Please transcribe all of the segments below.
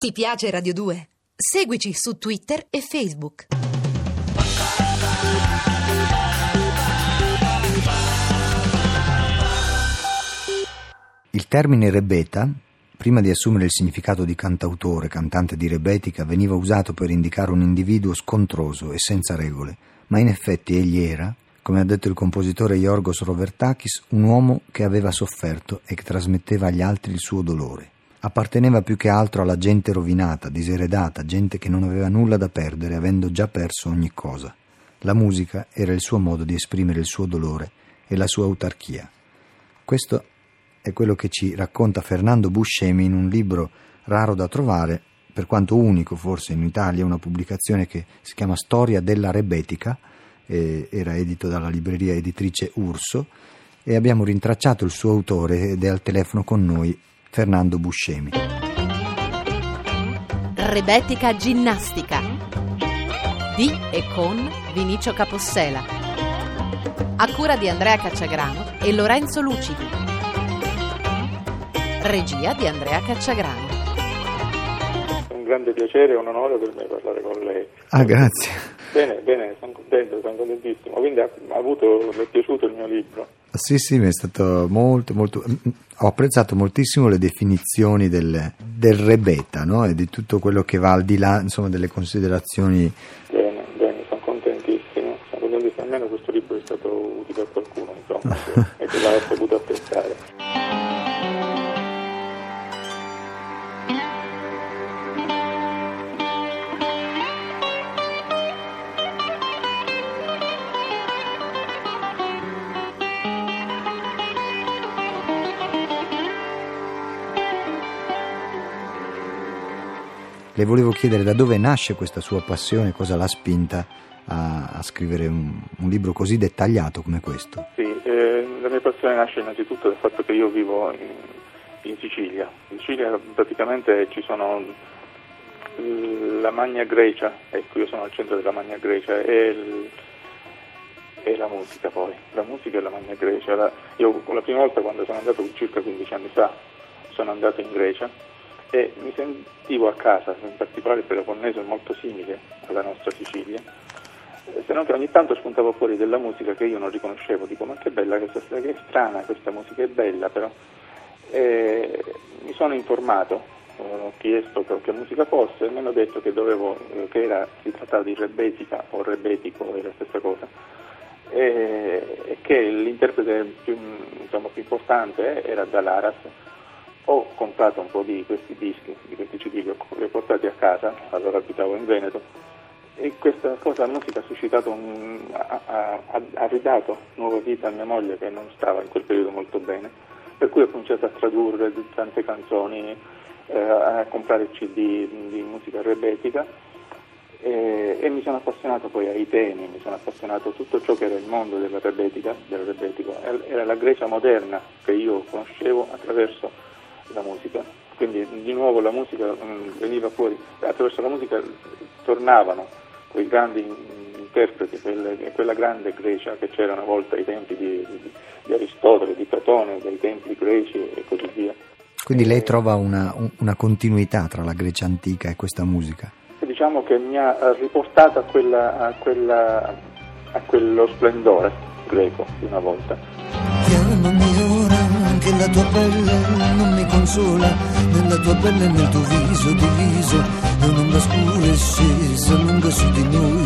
Ti piace Radio 2? Seguici su Twitter e Facebook. Il termine rebeta, prima di assumere il significato di cantautore, cantante di rebetica, veniva usato per indicare un individuo scontroso e senza regole, ma in effetti egli era, come ha detto il compositore Yorgos Rovertakis, un uomo che aveva sofferto e che trasmetteva agli altri il suo dolore. Apparteneva più che altro alla gente rovinata, diseredata, gente che non aveva nulla da perdere, avendo già perso ogni cosa. La musica era il suo modo di esprimere il suo dolore e la sua autarchia. Questo è quello che ci racconta Fernando Buscemi in un libro raro da trovare, per quanto unico forse in Italia, una pubblicazione che si chiama Storia della Rebetica, era edito dalla libreria editrice Urso, e abbiamo rintracciato il suo autore ed è al telefono con noi Fernando Buscemi. Rebetica ginnastica di e con Vinicio Capossela, a cura di Andrea Cacciagrano e Lorenzo Lucidi, regia di Andrea Cacciagrano. È un grande piacere e un onore per me parlare con lei. Ah, grazie. Bene, sono contentissimo. Quindi ha le è piaciuto il mio libro? Sì, mi è stato molto. Ho apprezzato moltissimo le definizioni del rebeta, no? E di tutto quello che va al di là, insomma, delle considerazioni. Bene, sono contentissimo. Almeno questo libro è stato utile a qualcuno, insomma, e che l'ha saputo apprezzare. Le volevo chiedere da dove nasce questa sua passione, cosa l'ha spinta a scrivere un libro così dettagliato come questo. Sì, la mia passione nasce innanzitutto dal fatto che io vivo in Sicilia. In Sicilia praticamente ci sono la Magna Grecia, ecco, io sono al centro della Magna Grecia e la musica poi. La musica e la Magna Grecia. Io la prima volta, quando sono andato circa 15 anni fa, sono andato in Grecia e mi sentivo a casa, in particolare il Peloponneso è molto simile alla nostra Sicilia, se non che ogni tanto spuntavo fuori della musica che io non riconoscevo, dico ma che bella che è strana questa musica, è bella però. Mi sono informato, ho chiesto che musica fosse e mi hanno detto che si trattava di rebetica o rebetico, è la stessa cosa, e che l'interprete più importante era Dalaras. Ho comprato un po' di questi dischi, di questi CD, li ho portati a casa, allora abitavo in Veneto, e questa cosa, la musica ha suscitato ha ridato nuova vita a mia moglie che non stava in quel periodo molto bene, per cui ho cominciato a tradurre tante canzoni, a comprare CD di musica rebetica e mi sono appassionato poi ai temi, mi sono appassionato a tutto ciò che era il mondo del rebetico, era la Grecia moderna che io conoscevo attraverso la musica, quindi di nuovo la musica veniva fuori, attraverso la musica tornavano quei grandi interpreti, quella grande Grecia che c'era una volta ai tempi di Aristotele, di Platone, dei templi greci e così via. Quindi lei trova una continuità tra la Grecia antica e questa musica? Diciamo che mi ha riportato a quello splendore greco di una volta. Chiamami ora che la tua pelle non mi consola, nella tua pelle e nel tuo viso diviso è un'ombra scura e scesa lunga su di noi.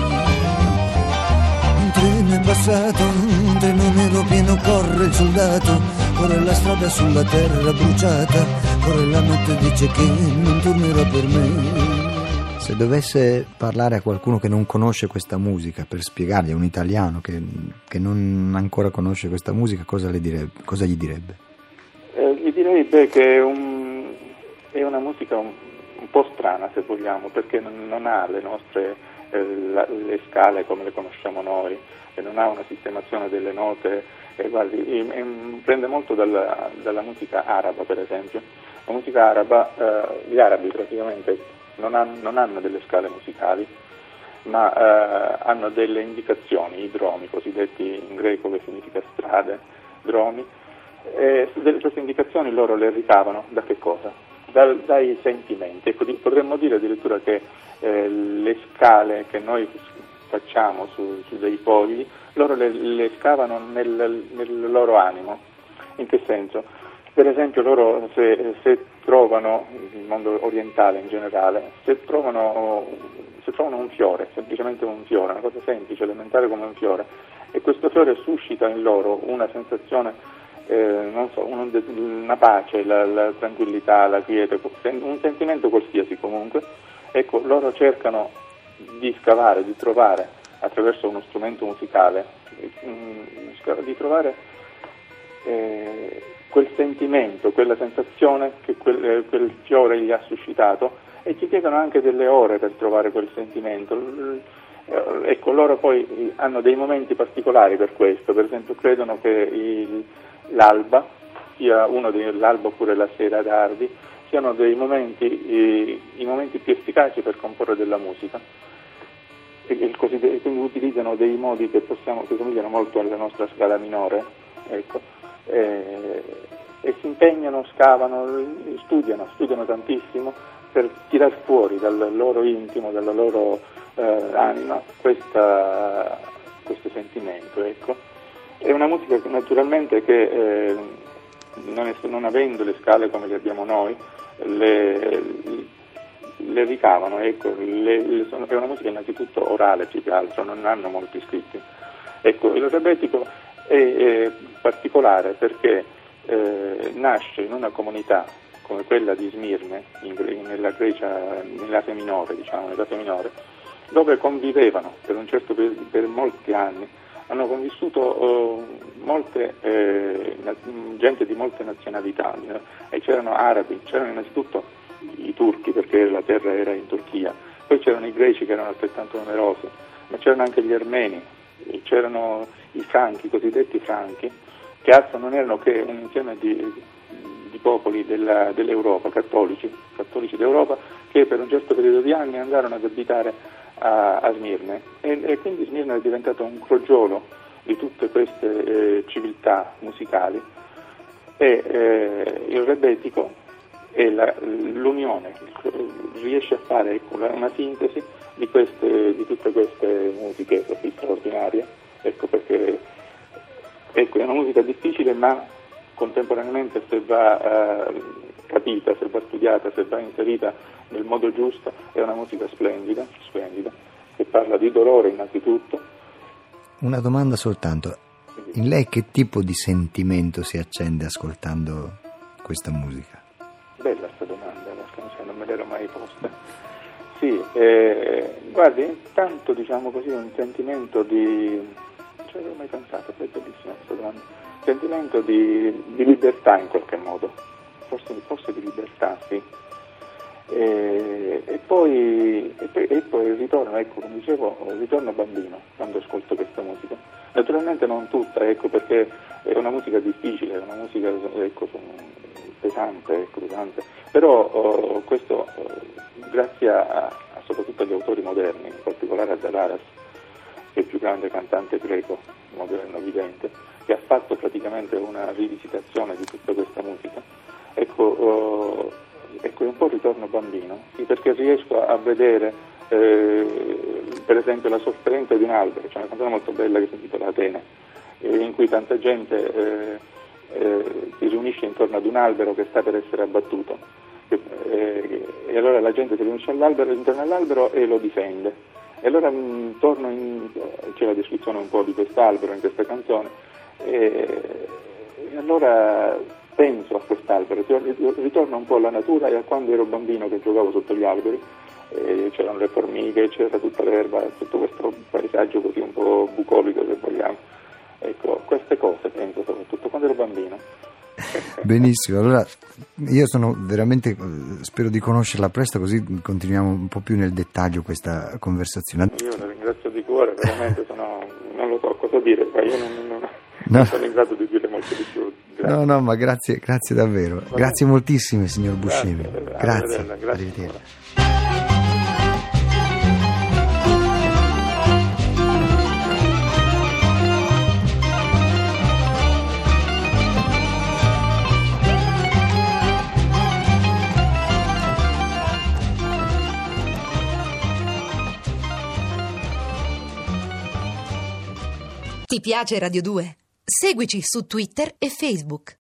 Un treno è passato, un treno nero pieno, corre il soldato, corre la strada sulla terra bruciata, corre la notte, dice che non tornerà per me. Se dovesse parlare a qualcuno che non conosce questa musica, per spiegargli, a un italiano che non ancora conosce questa musica, cosa gli direbbe? Gli direi che è una musica un po' strana, se vogliamo, perché non ha le nostre le scale come le conosciamo noi, e non ha una sistemazione delle note, prende molto dalla musica araba, per esempio. La musica araba, gli arabi praticamente non hanno delle scale musicali, ma hanno delle indicazioni, i dromi, cosiddetti in greco che significa strade, dromi, e queste indicazioni loro le ricavano da che cosa? dai sentimenti. Ecco, potremmo dire addirittura che le scale che noi facciamo su dei fogli, loro le scavano nel loro animo. In che senso? Per esempio loro se trovano, il mondo orientale in generale, se trovano un fiore, semplicemente un fiore, una cosa semplice, elementare come un fiore, e questo fiore suscita in loro una sensazione, non so, una pace, la tranquillità, la quiete, un sentimento qualsiasi comunque, ecco, loro cercano di scavare, di trovare attraverso uno strumento musicale, di trovare quel sentimento, quella sensazione che quel fiore gli ha suscitato, e ci piegano anche delle ore per trovare quel sentimento. Ecco, loro poi hanno dei momenti particolari per questo, per esempio credono che l'alba, sia l'alba oppure la sera tardi, siano dei momenti, i momenti più efficaci per comporre della musica, e quindi utilizzano dei modi che somigliano molto alla nostra scala minore, ecco. E si impegnano, scavano, studiano tantissimo per tirar fuori dal loro intimo, dalla loro anima questo sentimento, ecco. È una musica che naturalmente non avendo le scale come le abbiamo noi, le ricavano, ecco. È una musica innanzitutto orale più che altro, non hanno molti scritti. Ecco, il rebetico è particolare perché nasce in una comunità come quella di Smirne, nella Grecia, nell'Asia minore, dove convivevano per molti anni, hanno convissuto gente di molte nazionalità, e c'erano arabi, c'erano innanzitutto i turchi, perché la terra era in Turchia, poi c'erano i greci che erano altrettanto numerosi, ma c'erano anche gli armeni, c'erano i franchi, i cosiddetti franchi, che altro non erano che un insieme di popoli dell'Europa, cattolici d'Europa, che per un certo periodo di anni andarono ad abitare a Smirne, e quindi Smirne è diventato un crogiolo di tutte queste civiltà musicali, e il rebetico è l'unione, riesce a fare una sintesi di tutte queste musiche così straordinarie, ecco perché è una musica difficile, ma contemporaneamente, se va capita, se va studiata, se va inserita nel modo giusto, è una musica splendida, che parla di dolore innanzitutto. Una domanda soltanto: in lei che tipo di sentimento si accende ascoltando questa musica? Bella questa domanda, non me l'ero mai posta. Sì, guardi, intanto diciamo così un sentimento di... non ci avevo mai pensato, è bellissima questa domanda. Sentimento di libertà in qualche modo, forse di libertà, sì. E poi il ritorno, ecco, come dicevo, ritorno bambino quando ascolto questa musica. Naturalmente non tutta, ecco, perché è una musica difficile, è una musica, ecco, pesante, però questo grazie soprattutto agli autori moderni, in particolare a Dalaras, che è il più grande cantante greco moderno vivente, che ha fatto praticamente una rivisitazione di tutta questa musica. Ecco, è un po' ritorno bambino, sì, perché riesco a vedere per esempio la sofferenza di un albero. C'è una canzone molto bella che si intitola Atene, in cui tanta gente si riunisce intorno ad un albero che sta per essere abbattuto, e allora la gente si riunisce intorno all'albero e lo difende. E allora c'è la descrizione un po' di quest'albero in questa canzone, e allora penso a quest'albero, ritorno un po' alla natura e a quando ero bambino che giocavo sotto gli alberi, c'erano le formiche, c'era tutta l'erba, tutto questo paesaggio così un po' bucolico, se vogliamo. Ecco, queste cose penso soprattutto quando ero bambino. Benissimo, allora io sono veramente, spero di conoscerla presto, così continuiamo un po' più nel dettaglio questa conversazione. Io la ringrazio di cuore, veramente non lo so cosa dire, ma io non sono in grado di dire molto di più. Grazie. No, ma grazie davvero. Grazie moltissimo, signor Buscemi. Grazie. Arrivederci. Ti piace Radio 2? Seguici su Twitter e Facebook.